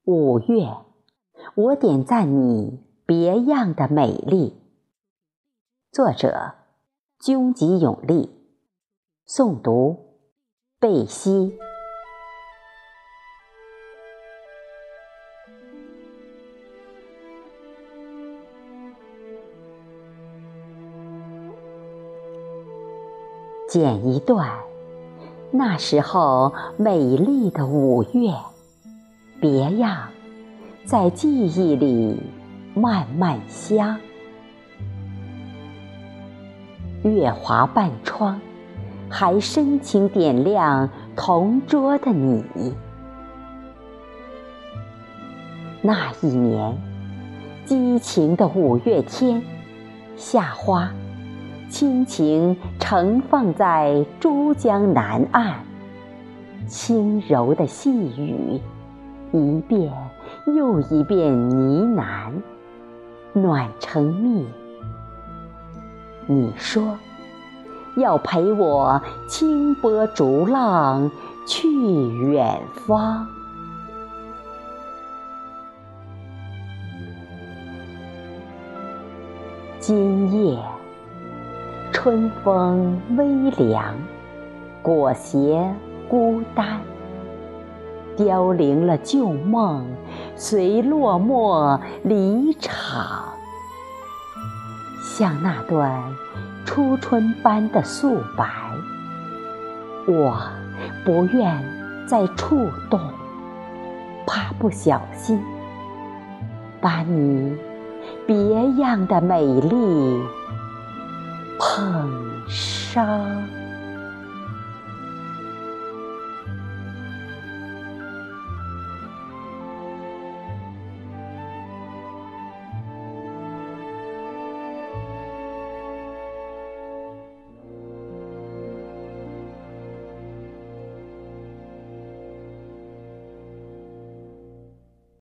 5月，我点赞你别样的美丽。作者：军吉永利，诵读：贝西。剪一段那时候美丽的5月，别样在记忆里慢慢香。月华半窗，还深情点亮同桌的你。那一年，激情的5月天，夏花轻轻盛放在珠江南岸，轻柔的细语，一遍又一遍呢喃，暖成蜜。你说要陪我轻波逐浪去远方。今夜春风微凉，裹挟孤单，凋零了旧梦，随落寞离场。像那段初春般的素白，我不愿再触动，怕不小心把你别样的美丽碰伤。